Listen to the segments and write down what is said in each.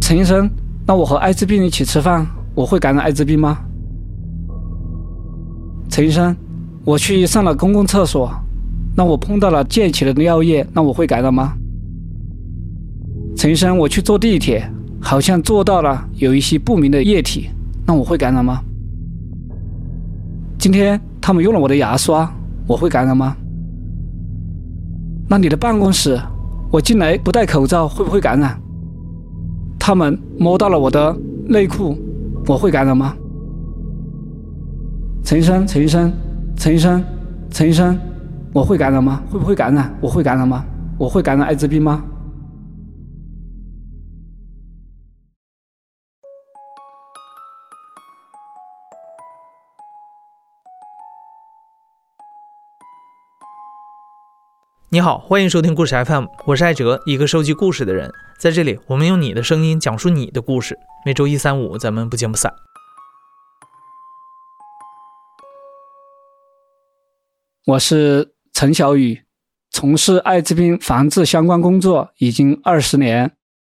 陈医生，那我和艾滋病一起吃饭，我会感染艾滋病吗？陈医生，我去上了公共厕所，那我碰到了溅起的尿液，那我会感染吗？陈医生，我去坐地铁，好像坐到了有一些不明的液体，那我会感染吗？今天他们用了我的牙刷，我会感染吗？那你的办公室，我进来不戴口罩会不会感染？他们摸到了我的内裤，我会感染吗？陈医生，陈医生，陈医生，陈医生，我会感染吗？会不会感染？我会感染吗？我会感染艾滋病吗？ 你好，欢迎收听故事 FM， 我是艾哲，一个收集故事的人。在这里，我们用你的声音讲述你的故事。每周一、三、五，咱们不见不散。 我是陈小雨，从事艾滋病防治相关工作已经20年。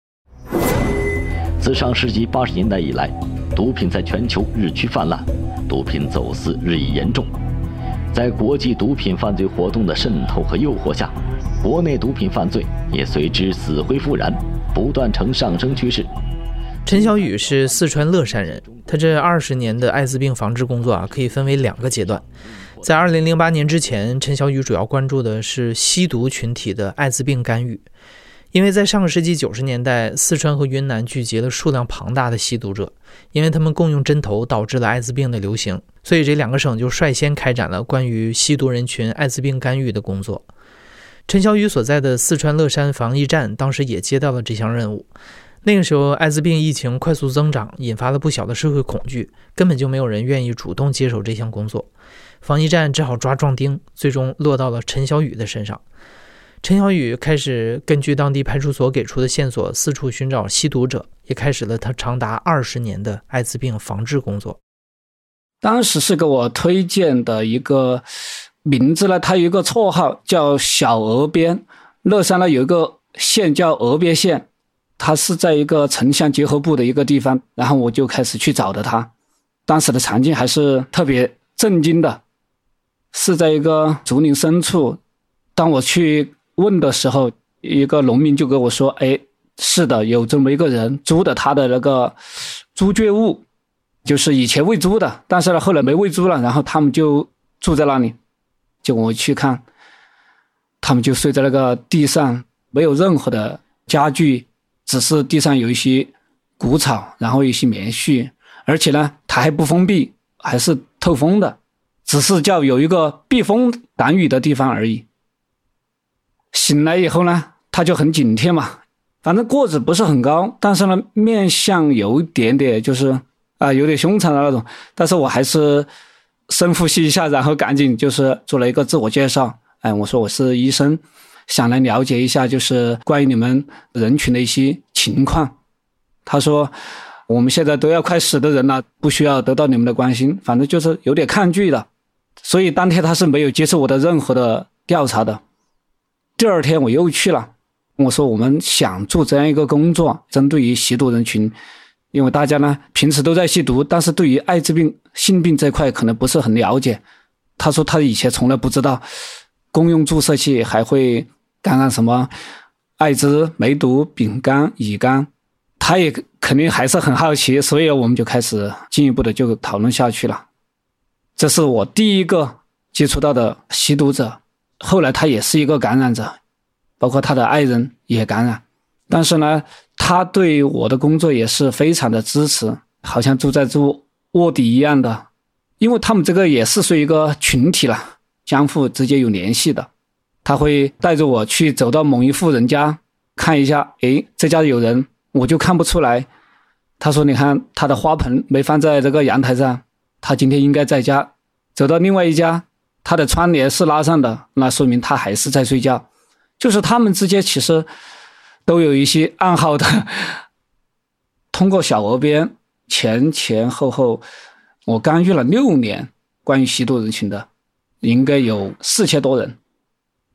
自上世纪80年代以来，毒品在全球日趋泛滥，毒品走私日益严重。在国际毒品犯罪活动的渗透和诱惑下，国内毒品犯罪也随之死灰复燃，不断呈上升趋势。 陈小雨是四川乐山人，他这20年的艾滋病防治工作可以分为2个阶段。在2008年之前，陈小雨主要关注的是吸毒群体的艾滋病干预。因为在上个世纪90年代，四川和云南聚集了数量庞大的吸毒者，因为他们共用针头导致了艾滋病的流行，所以这2个省就率先开展了关于吸毒人群艾滋病干预的工作。陈小雨所在的四川乐山防疫站当时也接到了这项任务。那个时候艾滋病疫情快速增长，引发了不小的社会恐惧，根本就没有人愿意主动接手这项工作。防疫站只好抓壮丁，最终落到了陈小雨的身上。陈小雨开始根据当地派出所给出的线索四处寻找吸毒者，也开始了他长达20年的艾滋病防治工作。 当时是给我推荐的一个名字呢，他有一个绰号叫小鹅边，乐山呢有一个县叫鹅边县，他是在一个城乡结合部的一个地方，然后我就开始去找的他。当时的场景还是特别震惊的，是在一个竹林深处，当我去问的时候，一个农民就跟我说，是的，有这么一个人租的他的那个猪圈物，就是以前喂猪的，但是呢后来没喂猪了，然后他们就住在那里。结果我去看，他们就睡在那个地上，没有任何的家具，只是地上有一些谷草，然后一些棉絮，而且呢它还不封闭，还是透风的，只是叫有一个避风挡雨的地方而已。醒来以后呢，他就很警惕嘛，反正个子不是很高，但是呢面相有一点点就是有点凶残的那种，但是我还是深呼吸一下，然后赶紧就是做了一个自我介绍。我说我是医生，想来了解一下就是关于你们人群的一些情况。他说我们现在都要快死的人了，不需要得到你们的关心，反正就是有点抗拒的。所以当天他是没有接受我的任何的调查的。第二天我又去了，我说我们想做这样一个工作，针对于吸毒人群，因为大家呢平时都在吸毒，但是对于艾滋病性病这块可能不是很了解。他说他以前从来不知道公用注射器还会感染什么艾滋、梅毒、丙肝、乙肝，他也肯定还是很好奇，所以我们就开始进一步的就讨论下去了。这是我第一个接触到的吸毒者，后来他也是一个感染者，包括他的爱人也感染，但是呢他对我的工作也是非常的支持，好像住在卧底一样的，因为他们这个也是属于一个群体了，相互之间有联系的。他会带着我去走到某一户人家看一下，这家有人，我就看不出来。他说你看他的花盆没放在这个阳台上，他今天应该在家。走到另外一家，他的窗帘是拉上的，那说明他还是在睡觉。就是他们之间其实都有一些暗号的。通过小鹅边前后我干预了6年关于吸毒人群的，应该有4000多人。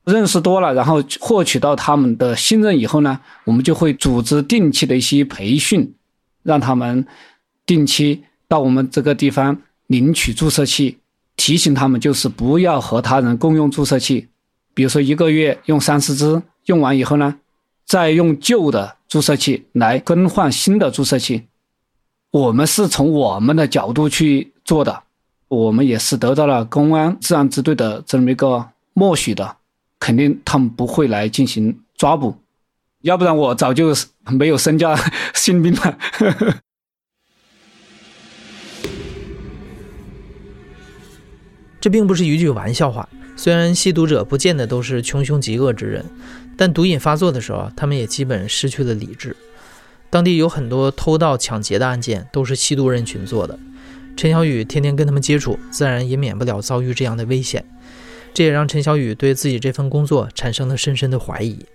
认识多了，然后获取到他们的信任以后呢，我们就会组织定期的一些培训，让他们定期到我们这个地方领取注射器，提醒他们就是不要和他人共用注射器，比如说1个月用30支，用完以后呢，再用旧的注射器来更换新的注射器。我们是从我们的角度去做的，我们也是得到了公安治安支队的这么一个默许的，肯定他们不会来进行抓捕，要不然我早就没有身家性命了。 这并不是一句玩笑话，虽然吸毒者不见得都是穷凶极恶之人，但毒瘾发作的时候，他们也基本失去了理智。当地有很多偷盗抢劫的案件都是吸毒人群做的，陈小雨天天跟他们接触，自然也免不了遭遇这样的危险。这也让陈小雨对自己这份工作产生了深深的怀疑。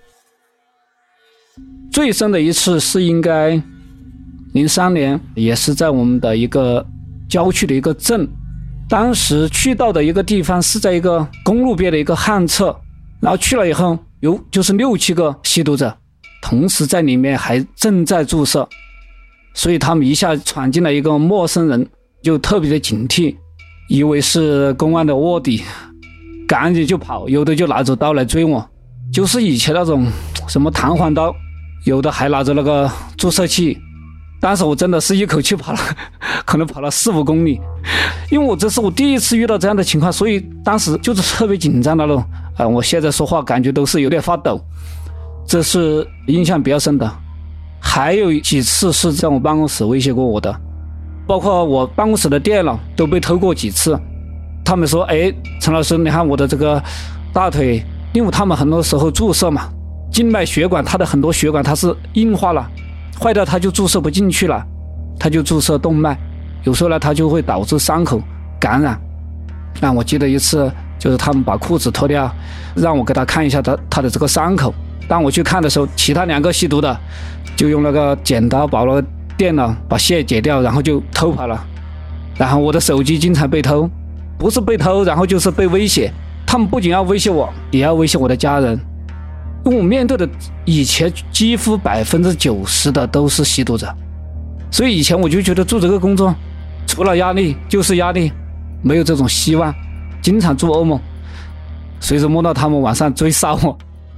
最深的一次是应该03年，也是在我们的一个郊区的一个镇，当时去到的一个地方是在一个公路边的一个旱厕，然后去了以后有就是6、7个吸毒者，同时在里面还正在注射，所以他们一下闯进了一个陌生人，就特别的警惕，以为是公安的卧底，赶紧就跑，有的就拿着刀来追我，就是以前那种什么弹簧刀，有的还拿着那个注射器。当时我真的是一口气跑了，可能跑了4、5公里，因为这是我第一次遇到这样的情况，所以当时就是特别紧张的了。我现在说话感觉都是有点发抖，这是印象比较深的。还有几次是在我办公室威胁过我的，包括我办公室的电脑都被偷过几次。他们说，陈老师，你看我的这个大腿，因为他们很多时候注射嘛，静脉血管它的很多血管它是硬化了，坏掉它就注射不进去了，它就注射动脉，有时候呢它就会导致伤口感染。我记得一次就是他们把裤子脱掉，让我给他看一下他的这个伤口，当我去看的时候，其他2个吸毒的就用那个剪刀把那个电脑把线解掉，然后就偷跑了。然后我的手机经常被偷，不是被偷，然后就是被威胁，他们不仅要威胁我，也要威胁我的家人。因为我面对的以前几乎90%的都是吸毒者，所以以前我就觉得做这个工作除了压力就是压力，没有这种希望，经常做噩梦，随时梦到他们晚上追杀我。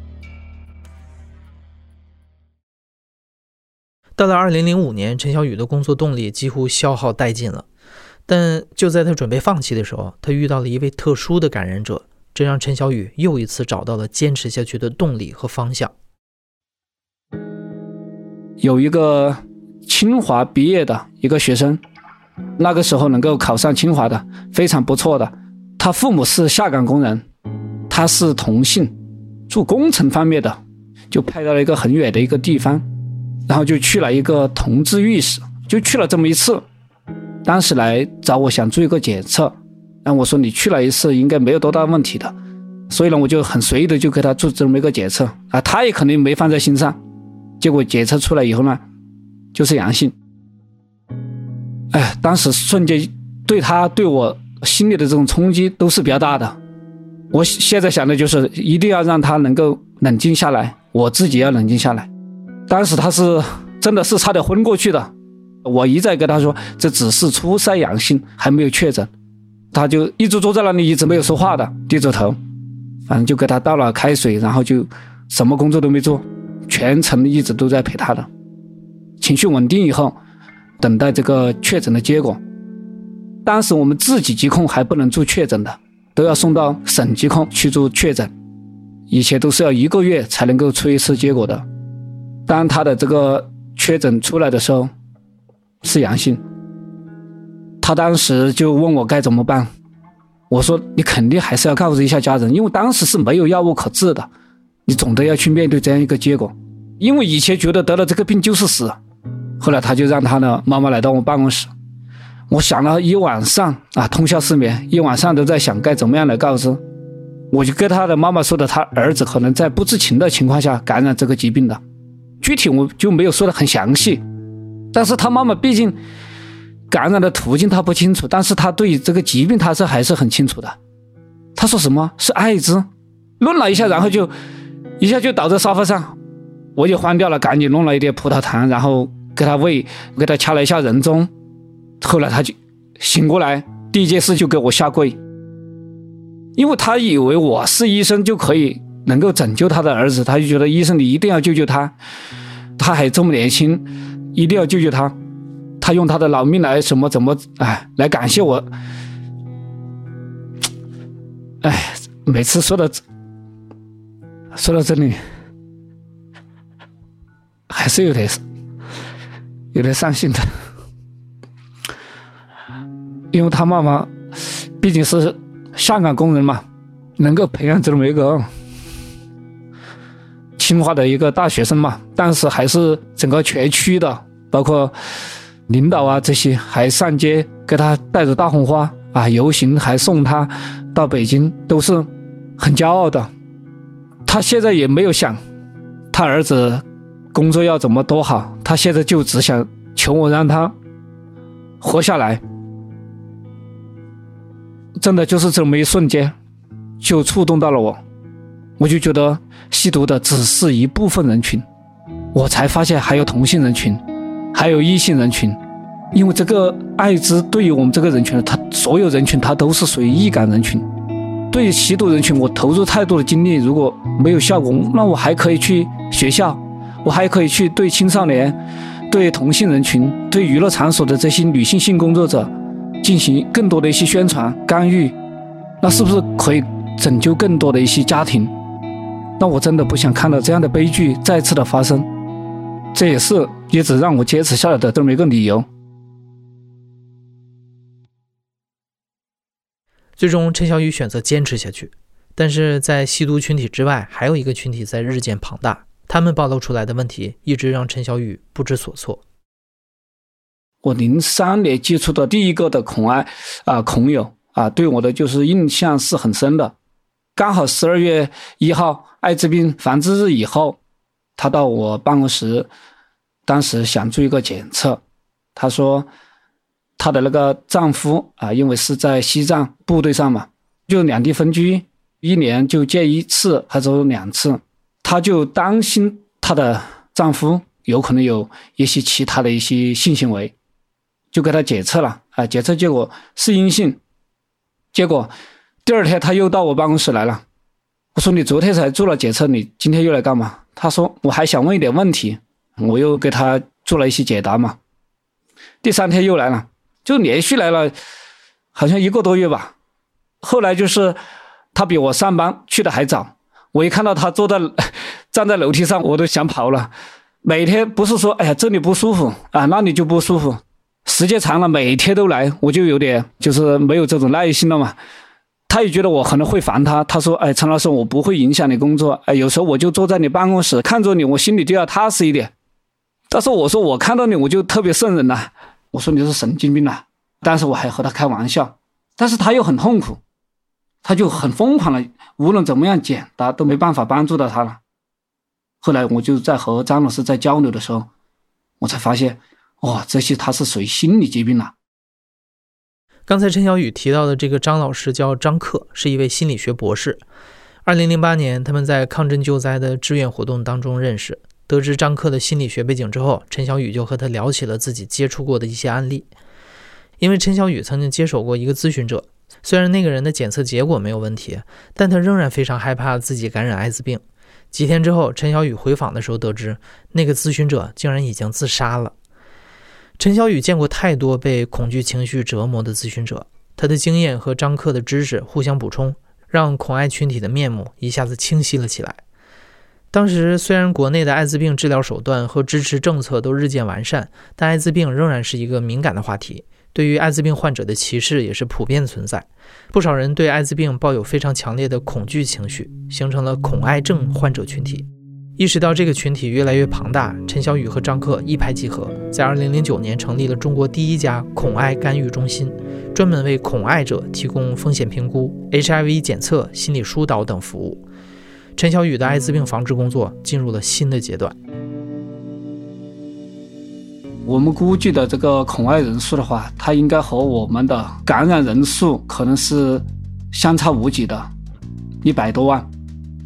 到了2005年，陈小雨的工作动力几乎消耗殆尽了，但就在他准备放弃的时候，他遇到了一位特殊的感染者，这让陈小雨又一次找到了坚持下去的动力和方向。 有一个清华毕业的一个学生，那个时候能够考上清华的，非常不错的，他父母是下岗工人，他是同性，做工程方面的，就派到了一个很远的一个地方，然后就去了一个同志浴室，就去了这么一次。当时来找我想做一个检测，然后我说你去了一次应该没有多大问题的，所以呢我就很随意的就给他做这么一个检测他也肯定没放在心上。结果检测出来以后呢，就是阳性。当时瞬间对他对我心里的这种冲击都是比较大的。我现在想的就是一定要让他能够冷静下来，我自己要冷静下来。当时他是真的是差点昏过去的，我一再跟他说这只是初筛阳性，还没有确诊。他就一直坐在那里，一直没有说话的，低着头，反正就给他倒了开水，然后就什么工作都没做，全程一直都在陪他的。情绪稳定以后，等待这个确诊的结果。当时我们自己疾控还不能做确诊的，都要送到省疾控去做确诊，以前都是要1个月才能够出一次结果的。当他的这个确诊出来的时候是阳性，他当时就问我该怎么办。我说你肯定还是要告知一下家人，因为当时是没有药物可治的，你总得要去面对这样一个结果。因为以前觉得得了这个病就是死，后来他就让他的妈妈来到我办公室，我想了一晚上通宵失眠，一晚上都在想该怎么样来告知。我就跟他的妈妈说的，他儿子可能在不知情的情况下感染这个疾病的，具体我就没有说的很详细，但是他妈妈毕竟感染的途径他不清楚，但是他对这个疾病他是还是很清楚的。他说什么是艾滋， 弄了一下，然后就一下就倒在沙发上，我就慌掉了，赶紧弄了一点葡萄糖，然后给他喂，给他掐了一下人中。后来他就醒过来，第一件事就给我下跪，因为他以为我是医生就可以能够拯救他的儿子，他就觉得医生你一定要救救他，他还这么年轻，一定要救救他，他用他的老命来怎么来感谢我。每次说到这里还是有点伤心的，因为他妈妈毕竟是香港工人嘛，能够培养这么一个清华的一个大学生嘛，但是还是整个全区的包括领导啊这些还上街给他带着大红花游行，还送他到北京，都是很骄傲的。他现在也没有想他儿子工作要怎么多好，他现在就只想求我让他活下来。真的就是这么一瞬间就触动到了我就觉得吸毒的只是一部分人群，我才发现还有同性人群，还有异性人群。因为这个艾滋对于我们这个人群，他所有人群他都是属于易感人群。对于吸毒人群，我投入太多的精力，如果没有效果，那我还可以去学校，我还可以去对青少年、对同性人群、对娱乐场所的这些女性性工作者进行更多的一些宣传干预，那是不是可以拯救更多的一些家庭？那我真的不想看到这样的悲剧再次的发生，这也是一直让我坚持下来的这么一个理由。 最终陈小雨选择坚持下去，但是在吸毒群体之外，还有一个群体在日渐庞大，他们暴露出来的问题一直让陈小雨不知所措。 我03年接触的第一个的孔友对我的就是印象是很深的。刚好12月1号艾滋病防治日以后，他到我办公室，当时想做一个检测，他说他的那个丈夫因为是在西藏部队上嘛，就两地分居，1年就见1次还是2次，他就担心他的丈夫有可能有一些其他的一些性行为，就给他检测了检测结果是阴性。结果第二天他又到我办公室来了，我说你昨天才做了检测，你今天又来干嘛？他说我还想问一点问题，我又给他做了一些解答嘛。第3天又来了，就连续来了好像1个多月吧。后来就是他比我上班去的还早，我一看到他站在楼梯上我都想跑了。每天不是说这里不舒服那里就不舒服，时间长了每天都来，我就有点就是没有这种耐心了嘛。他也觉得我可能会烦他，他说陈老师我不会影响你工作，有时候我就坐在你办公室看着你，我心里就要踏实一点。但是我说我看到你我就特别瘆人了，我说你是神经病了，但是我还和他开玩笑，但是他又很痛苦，他就很疯狂了，无论怎么样解答都没办法帮助到他了。后来我就在和张老师在交流的时候，我才发现这些他是属于心理疾病了。 刚才陈小雨提到的这个张老师叫张克，是一位心理学博士。2008年他们在抗震救灾的志愿活动当中认识，得知张克的心理学背景之后，陈小雨就和他聊起了自己接触过的一些案例。因为陈小雨曾经接手过一个咨询者，虽然那个人的检测结果没有问题，但他仍然非常害怕自己感染艾滋病。几天之后，陈小雨回访的时候得知，那个咨询者竟然已经自杀了。陈小雨见过太多被恐惧情绪折磨的咨询者，他的经验和张克的知识互相补充，让恐艾群体的面目一下子清晰了起来。当时虽然国内的艾滋病治疗手段和支持政策都日渐完善，但艾滋病仍然是一个敏感的话题，对于艾滋病患者的歧视也是普遍存在。不少人对艾滋病抱有非常强烈的恐惧情绪，形成了恐艾症患者群体。意识到这个群体越来越庞大，陈小雨和张克一拍即合，在2009年成立了中国第一家恐艾干预中心，专门为恐艾者提供风险评估、HIV 检测、心理疏导等服务。陈小雨的艾滋病防治工作进入了新的阶段。 我们估计的这个恐艾人数的话，它应该和我们的感染人数可能是相差无几的，100多万。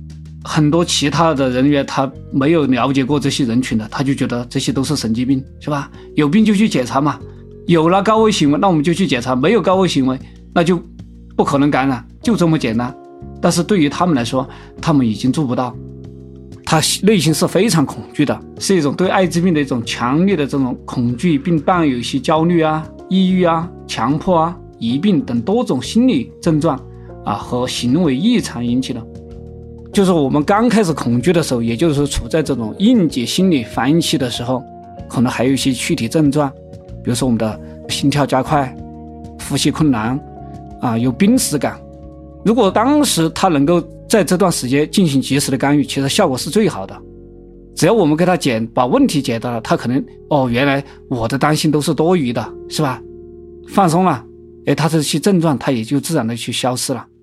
很多其他的人员他没有了解过这些人群的，他就觉得这些都是神经病，是吧？有病就去检查嘛，有了高危行为那我们就去检查，没有高危行为那就不可能感染，就这么简单。但是对于他们来说，他们已经做不到，他内心是非常恐惧的，是一种对艾滋病的一种强烈的这种恐惧，并伴有一些焦虑啊、抑郁啊、强迫啊、疑病等多种心理症状和行为异常引起的。就是我们刚开始恐惧的时候，也就是说处在这种应激心理反应期的时候，可能还有一些躯体症状，比如说我们的心跳加快、呼吸困难有濒死感。如果当时他能够在这段时间进行及时的干预，其实效果是最好的。只要我们给他把问题解答了，他可能原来我的担心都是多余的，是吧？放松了，他这些症状他也就自然的去消失了。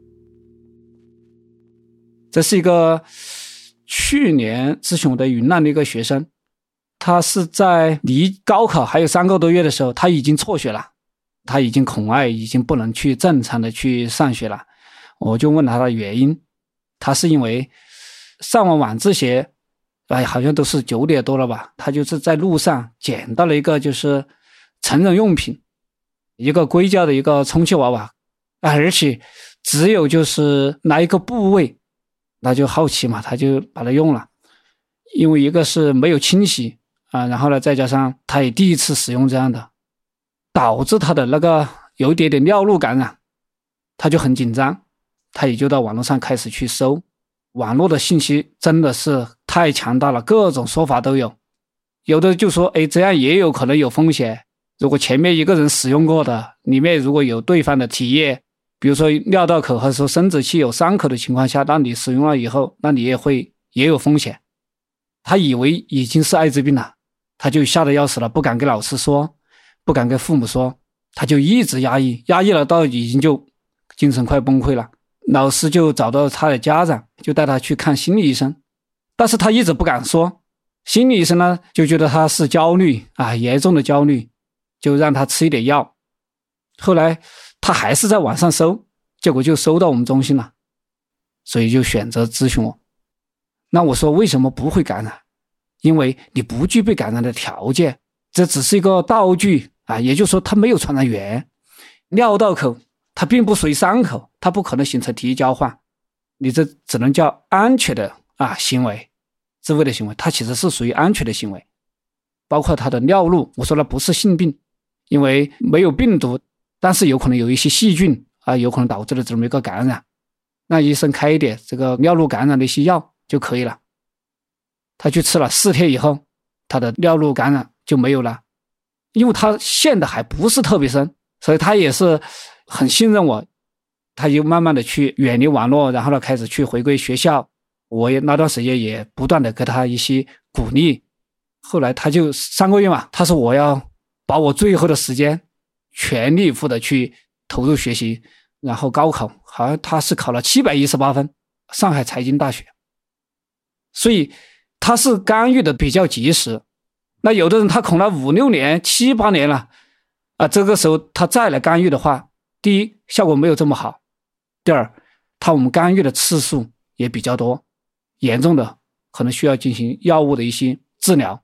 这是一个去年咨询我的云南的一个学生，他是在离高考还有3个多月的时候，他已经辍学了，他已经恐艾，已经不能去正常的去上学了。我就问他的原因，他是因为上完晚自习好像都是9点多了吧，他就是在路上捡到了一个就是成人用品，一个硅胶的一个充气娃娃，而且只有就是那一个部位，他就好奇嘛，他就把它用了。因为一个是没有清洗然后呢再加上他也第一次使用这样的，导致他的那个有一点点尿路感染，他就很紧张，他也就到网络上开始去搜。网络的信息真的是太强大了，各种说法都有，有的就说这样也有可能有风险，如果前面一个人使用过的里面如果有对方的体液，比如说尿道口或者说生殖器有伤口的情况下，那你使用了以后，那你也有风险。他以为已经是艾滋病了，他就吓得要死了，不敢跟老师说，不敢跟父母说，他就一直压抑了，到已经就精神快崩溃了。老师就找到他的家长，就带他去看心理医生，但是他一直不敢说。心理医生呢就觉得他是焦虑严重的焦虑，就让他吃一点药。后来他还是在网上搜，结果就搜到我们中心了，所以就选择咨询我。那我说为什么不会感染？因为你不具备感染的条件，这只是一个道具也就是说它没有传染源。尿道口它并不属于伤口，它不可能形成体液交换，你这只能叫安全的行为，自卫的行为，它其实是属于安全的行为。包括它的尿路，我说了不是性病，因为没有病毒，但是有可能有一些细菌有可能导致了这么一个感染，那医生开一点这个尿路感染的一些药就可以了。他去吃了4天以后，他的尿路感染就没有了，因为他陷的还不是特别深，所以他也是很信任我，他就慢慢的去远离网络，然后呢开始去回归学校。我也那段时间也不断的给他一些鼓励。后来他就3个月嘛，他说我要把我最后的时间全力以赴的去投入学习，然后高考好像他是考了718分，上海财经大学。所以他是干预的比较及时。那有的人他恐了5、6年、7、8年了这个时候他再来干预的话，第一效果没有这么好，第二我们干预的次数也比较多，严重的可能需要进行药物的一些治疗。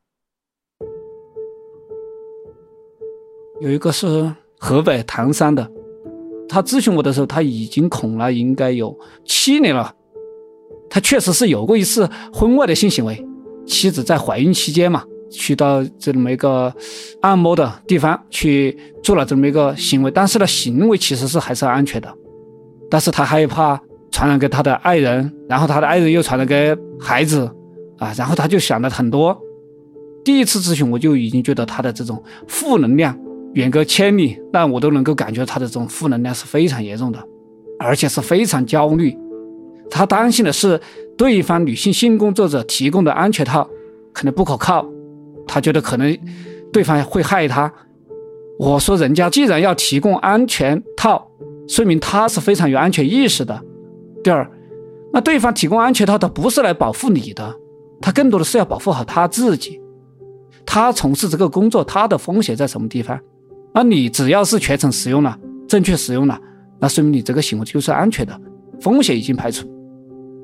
有一个是河北唐山的，他咨询我的时候他已经恐了应该有7年了，他确实是有过一次婚外的性行为，妻子在怀孕期间嘛，去到这么一个按摩的地方去做了这么一个行为，但是呢行为其实是还是安全的，但是他害怕传染给他的爱人，然后他的爱人又传染给孩子然后他就想了很多。第一次咨询我就已经觉得他的这种负能量远隔千里，但我都能够感觉他的这种负能量是非常严重的，而且是非常焦虑。他担心的是对方女性性工作者提供的安全套可能不可靠，他觉得可能对方会害他。我说人家既然要提供安全套，说明他是非常有安全意识的。第二，那对方提供安全套，他不是来保护你的，他更多的是要保护好他自己。他从事这个工作，他的风险在什么地方？那你只要是全程使用了，正确使用了，那说明你这个行为就是安全的，风险已经排除。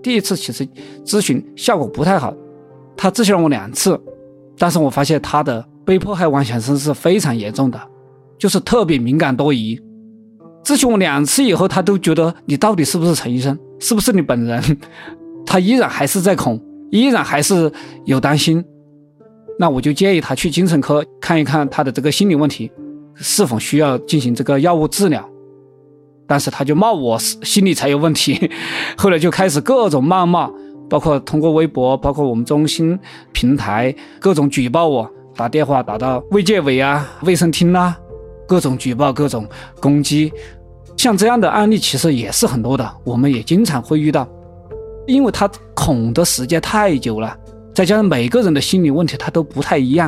第一次其实咨询效果不太好，他咨询了我2次，但是我发现他的被迫害妄想症是非常严重的，就是特别敏感多疑。咨询我2次以后，他都觉得你到底是不是陈医生，是不是你本人，他依然还是在恐，依然还是有担心。那我就建议他去精神科看一看他的这个心理问题是否需要进行这个药物治疗。但是他就骂我心理才有问题，后来就开始各种谩骂，包括通过微博，包括我们中心平台各种举报我，打电话打到卫健委啊、卫生厅啊，各种举报、各种攻击。像这样的案例其实也是很多的，我们也经常会遇到。因为他恐的时间太久了，再加上每个人的心理问题他都不太一样。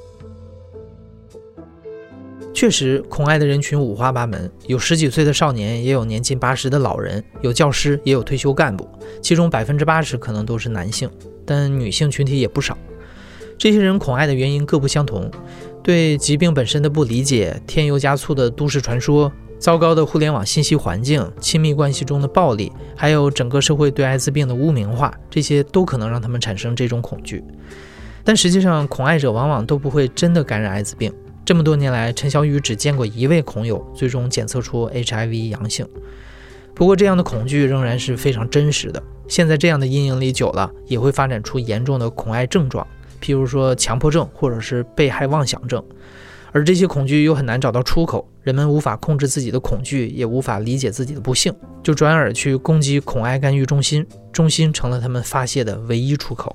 确实，恐爱的人群五花八门，有10几岁的少年，也有年近80的老人，有教师，也有退休干部，其中80%可能都是男性，但女性群体也不少。这些人恐爱的原因各不相同，对疾病本身的不理解，添油加醋的都市传说，糟糕的互联网信息环境，亲密关系中的暴力，还有整个社会对艾滋病的污名化，这些都可能让他们产生这种恐惧。但实际上，恐爱者往往都不会真的感染艾滋病。这么多年来，陈小雨只见过1位恐友最终检测出 HIV 阳性。不过这样的恐惧仍然是非常真实的，现在这样的阴影里久了，也会发展出严重的恐爱症状，譬如说强迫症或者是被害妄想症。而这些恐惧又很难找到出口，人们无法控制自己的恐惧，也无法理解自己的不幸，就转而去攻击恐爱干预中心，中心成了他们发泄的唯一出口。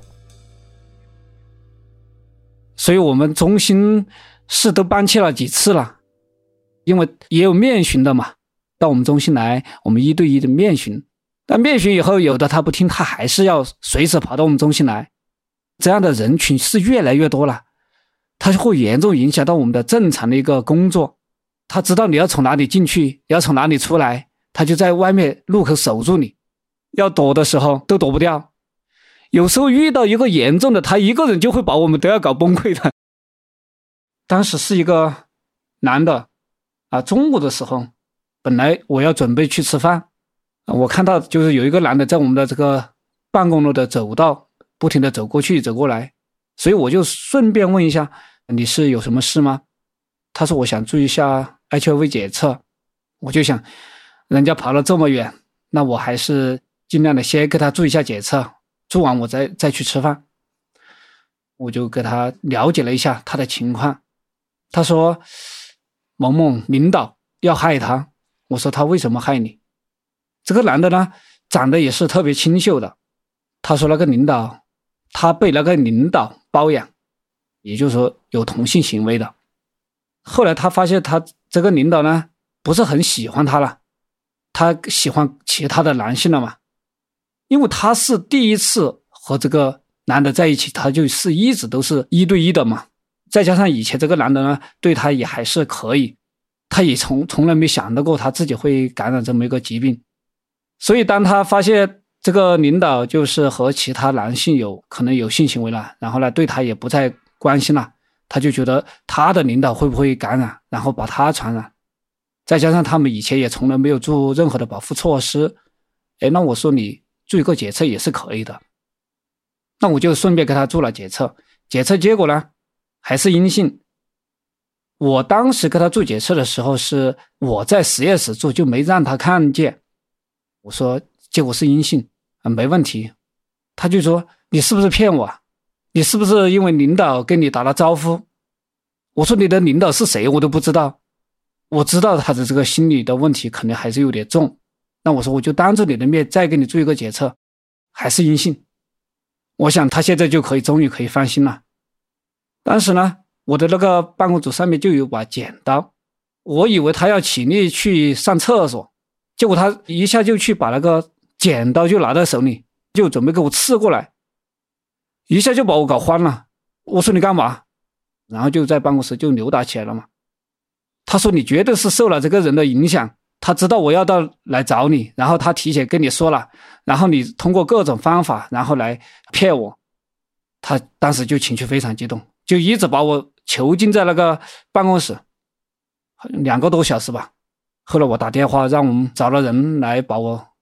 所以我们中心是都搬迁了几次了，因为也有面询的嘛，到我们中心来，我们1对1的面询。但面询以后，有的他不听，他还是要随时跑到我们中心来。这样的人群是越来越多了，他会严重影响到我们的正常的一个工作。他知道你要从哪里进去，要从哪里出来，他就在外面路口守住你，要躲的时候都躲不掉。有时候遇到一个严重的，他一个人就会把我们都要搞崩溃的。当时是一个男的中午的时候，本来我要准备去吃饭，我看到就是有一个男的在我们的这个办公楼的走道不停地走过去走过来，所以我就顺便问一下，你是有什么事吗？他说我想做一下 HIV 检测。我就想人家跑了这么远，那我还是尽量的先给他做一下检测，做完我再去吃饭。我就给他了解了一下他的情况。他说某某领导要害他。我说他为什么害你？这个男的呢，长得也是特别清秀的。他说那个领导，他被那个领导包养，也就是说有同性行为的。后来他发现他这个领导呢不是很喜欢他了，他喜欢其他的男性了嘛。因为他是第一次和这个男的在一起，他就是一直都是1对1的嘛。再加上以前这个男的呢对他也还是可以，他也从来没想到过他自己会感染这么一个疾病。所以当他发现这个领导就是和其他男性可能有性行为了，然后呢对他也不再关心了，他就觉得他的领导会不会感染，然后把他传染。再加上他们以前也从来没有做任何的保护措施，那我说你做一个检测也是可以的。那我就顺便给他做了检测，检测结果呢还是阴性。我当时给他做检测的时候是我在实验室做，就没让他看见。我说结果是阴性没问题。他就说你是不是骗我？你是不是因为领导跟你打了招呼？我说你的领导是谁我都不知道。我知道他的这个心理的问题可能还是有点重。那我说我就当着你的面再给你做一个检测，还是阴性。我想他现在就终于可以放心了。当时呢我的那个办公桌上面就有把剪刀，我以为他要起立去上厕所，结果他一下就去把那个剪刀就拿在手里，就准备给我刺过来，一下就把我搞慌了。我说你干嘛？然后就在办公室就扭打起来了嘛。他说你绝对是受了这个人的影响，他知道我要来找你，然后他提前跟你说了，然后你通过各种方法然后来骗我。他当时就情绪非常激动，就一直把我囚禁在那个办公室2个多小时吧。后来我打电话让我们找了人来把我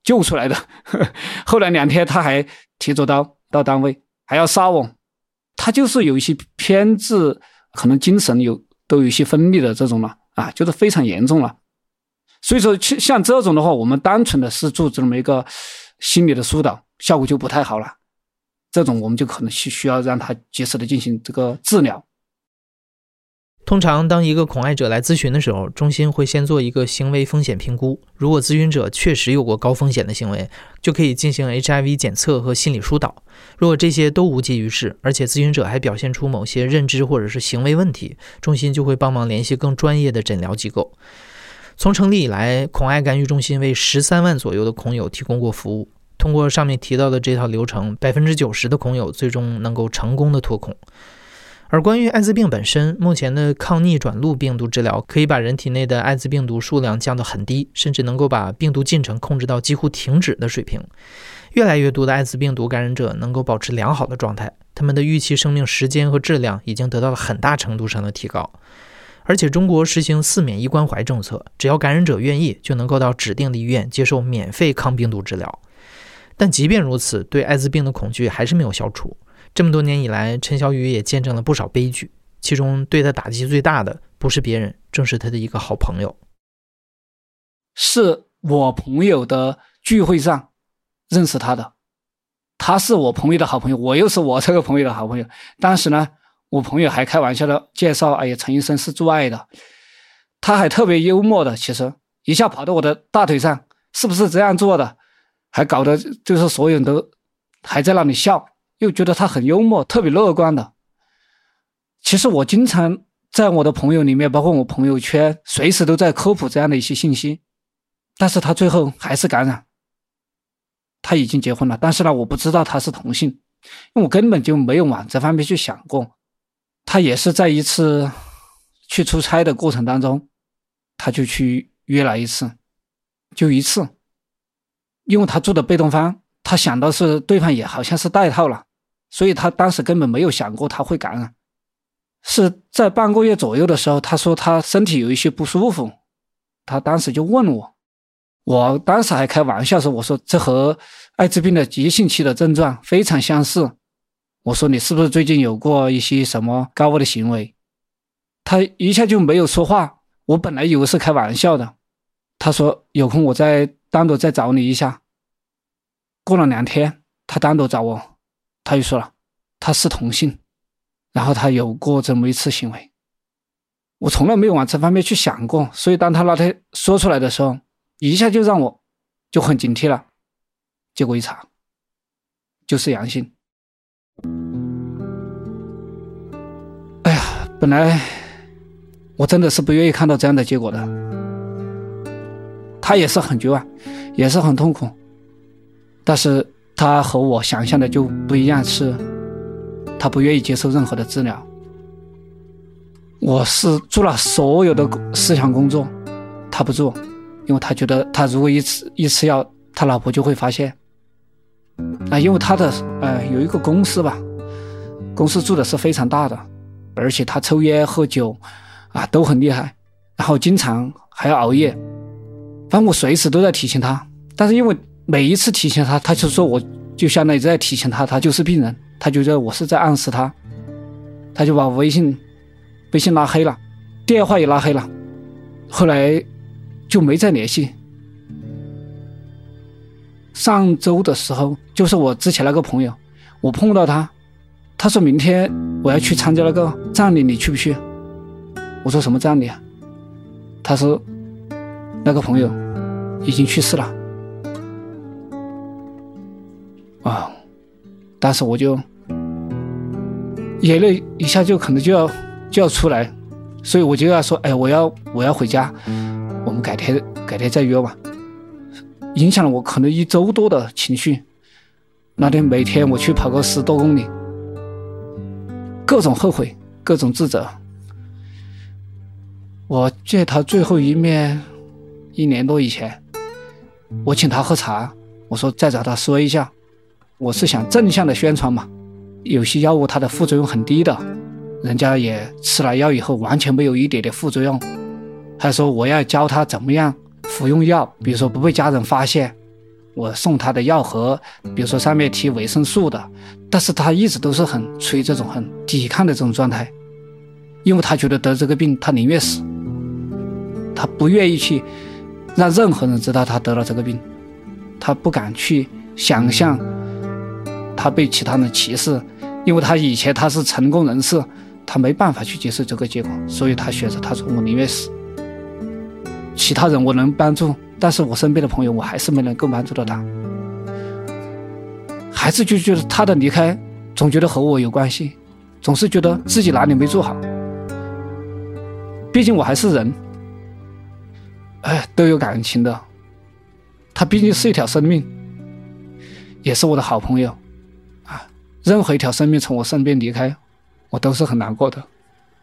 救出来的。后来2天他还提着刀到单位，还要杀我。他就是有一些偏执，可能精神都有一些分裂的这种了啊，就是非常严重了。所以说像这种的话，我们单纯的是做这么一个心理的疏导，效果就不太好了。这种我们就可能需要让他及时的进行这个治疗。 通常当一个恐爱者来咨询的时候，中心会先做一个行为风险评估，如果咨询者确实有过高风险的行为，就可以进行 HIV 检测和心理疏导。如果这些都无济于事，而且咨询者还表现出某些认知或者是行为问题，中心就会帮忙联系更专业的诊疗机构。从成立以来，恐爱干预中心为13万左右的恐友提供过服务。通过上面提到的这套流程，90%的恐友最终能够成功的脱恐。而关于艾滋病本身，目前的抗逆转录病毒治疗可以把人体内的艾滋病毒数量降到很低，甚至能够把病毒进程控制到几乎停止的水平。越来越多的艾滋病毒感染者能够保持良好的状态，他们的预期生命时间和质量已经得到了很大程度上的提高。而且中国实行4免1关怀政策，只要感染者愿意，就能够到指定的医院接受免费抗病毒治疗。但即便如此，对艾滋病的恐惧还是没有消除。这么多年以来，陈小雨也见证了不少悲剧，其中对他打击最大的不是别人，正是他的一个好朋友。 是我朋友的聚会上认识他的，他是我朋友的好朋友，我又是我这个朋友的好朋友。当时呢，我朋友还开玩笑的介绍，哎呀，陈医生是做爱的，他还特别幽默的，其实一下跑到我的大腿上，是不是这样做的，还搞得就是所有人都还在那里笑，又觉得他很幽默，特别乐观的。其实我经常在我的朋友里面，包括我朋友圈，随时都在科普这样的一些信息，但是他最后还是感染。他已经结婚了，但是呢，我不知道他是同性，因为我根本就没有往这方面去想过。他也是在一次去出差的过程当中，他就去约了一次，就一次。因为他住的被动方，他想到是对方也好像是带套了，所以他当时根本没有想过他会感染。是在半个月左右的时候，他说他身体有一些不舒服，他当时就问我当时还开玩笑说，我说这和艾滋病的急性期的症状非常相似，我说你是不是最近有过一些什么高危的行为？他一下就没有说话，我本来以为是开玩笑的。他说有空我再单独再找你一下。过了2天，他单独找我，他就说了他是同性，然后他有过这么一次行为。我从来没有往这方面去想过，所以当他那天说出来的时候，一下就让我就很警惕了。结果一查就是阳性。哎呀，本来我真的是不愿意看到这样的结果的。他也是很绝望，也是很痛苦，但是他和我想象的就不一样，是他不愿意接受任何的治疗。我是做了所有的思想工作，他不做，因为他觉得他如果一吃药，他老婆就会发现。因为他的有一个公司吧，公司做的是非常大的，而且他抽烟喝酒都很厉害，然后经常还要熬夜。反正我随时都在提醒他，但是因为每一次提醒他，他就说我就相当于在提醒他就是病人，他就觉得我是在暗示他，他就把微信拉黑了，电话也拉黑了，后来就没再联系。上周的时候，就是我之前那个朋友，我碰到他，他说明天我要去参加那个葬礼，你去不去？我说什么葬礼啊？他说那个朋友已经去世了。当时我就眼泪一下就可能就要出来，所以我就要说，我要回家，我们改天再约吧。影响了我可能1周多的情绪。那天每天我去跑个10多公里，各种后悔，各种自责。我见他最后一面1年多以前，我请他喝茶，我说再找他说一下，我是想正向的宣传嘛，有些药物它的副作用很低的，人家也吃了药以后完全没有一点点副作用。还说我要教他怎么样服用药，比如说不被家人发现， 我送他的药盒，比如说上面贴维生素的，但是他一直都是很处于这种很抵抗的这种状态，因为他觉得得这个病他宁愿死，他不愿意去让任何人知道他得了这个病，他不敢去想象他被其他人歧视，因为他以前他是成功人士，他没办法去接受这个结果，所以他选择他说我宁愿死。其他人我能帮助，但是我身边的朋友我还是没能够帮助到他。孩子就觉得他的离开总觉得和我有关系，总是觉得自己哪里没做好，毕竟我还是人，都有感情的，他毕竟是一条生命，也是我的好朋友啊。任何一条生命从我身边离开，我都是很难过的。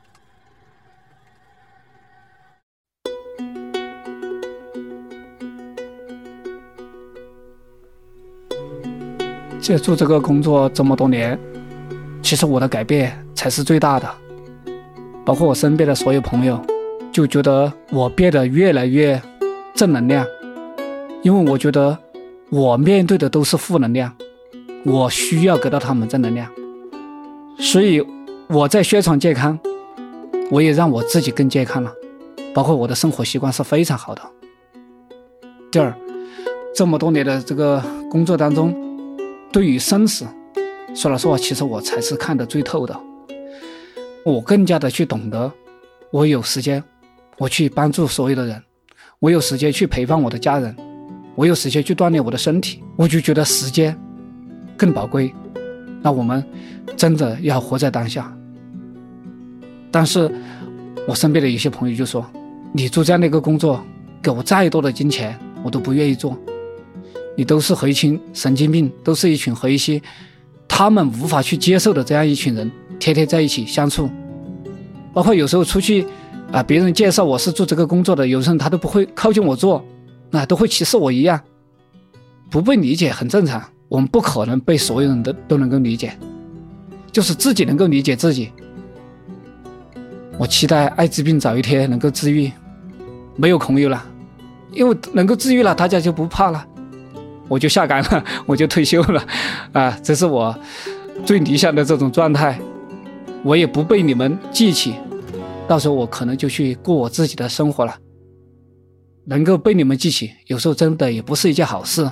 做这个工作这么多年，其实我的改变才是最大的，包括我身边的所有朋友就觉得我变得越来越正能量，因为我觉得我面对的都是负能量，我需要给到他们正能量，所以我在宣传健康，我也让我自己更健康了，包括我的生活习惯是非常好的。第二，这么多年的这个工作当中，对于生死，说老实话，其实我才是看得最透的。我更加的去懂得，我有时间，我去帮助所有的人，我有时间去陪伴我的家人，我有时间去锻炼我的身体，我就觉得时间更宝贵。那我们真的要活在当下。但是我身边的有些朋友就说，你做这样的一个工作，给我再多的金钱我都不愿意做，你都是和一群神经病，都是一群和一些他们无法去接受的这样一群人天天在一起相处。包括有时候出去别人介绍我是做这个工作的，有时候他都不会靠近我做，都会歧视我一样。不被理解很正常，我们不可能被所有人都能够理解，就是自己能够理解自己。我期待艾滋病早一天能够治愈，没有朋友了，因为能够治愈了，大家就不怕了，我就下岗了，我就退休了这是我最理想的这种状态。我也不被你们记起，到时候我可能就去过我自己的生活了。能够被你们记起，有时候真的也不是一件好事。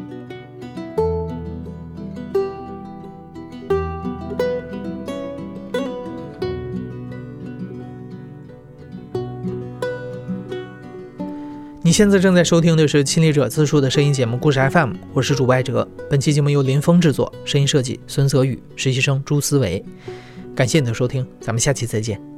你现在正在收听的是亲历者自述的声音节目故事 FM， 我是主播艾哲。本期节目由林峰制作，声音设计孙泽宇，实习生朱思维。感谢你的收听，咱们下期再见。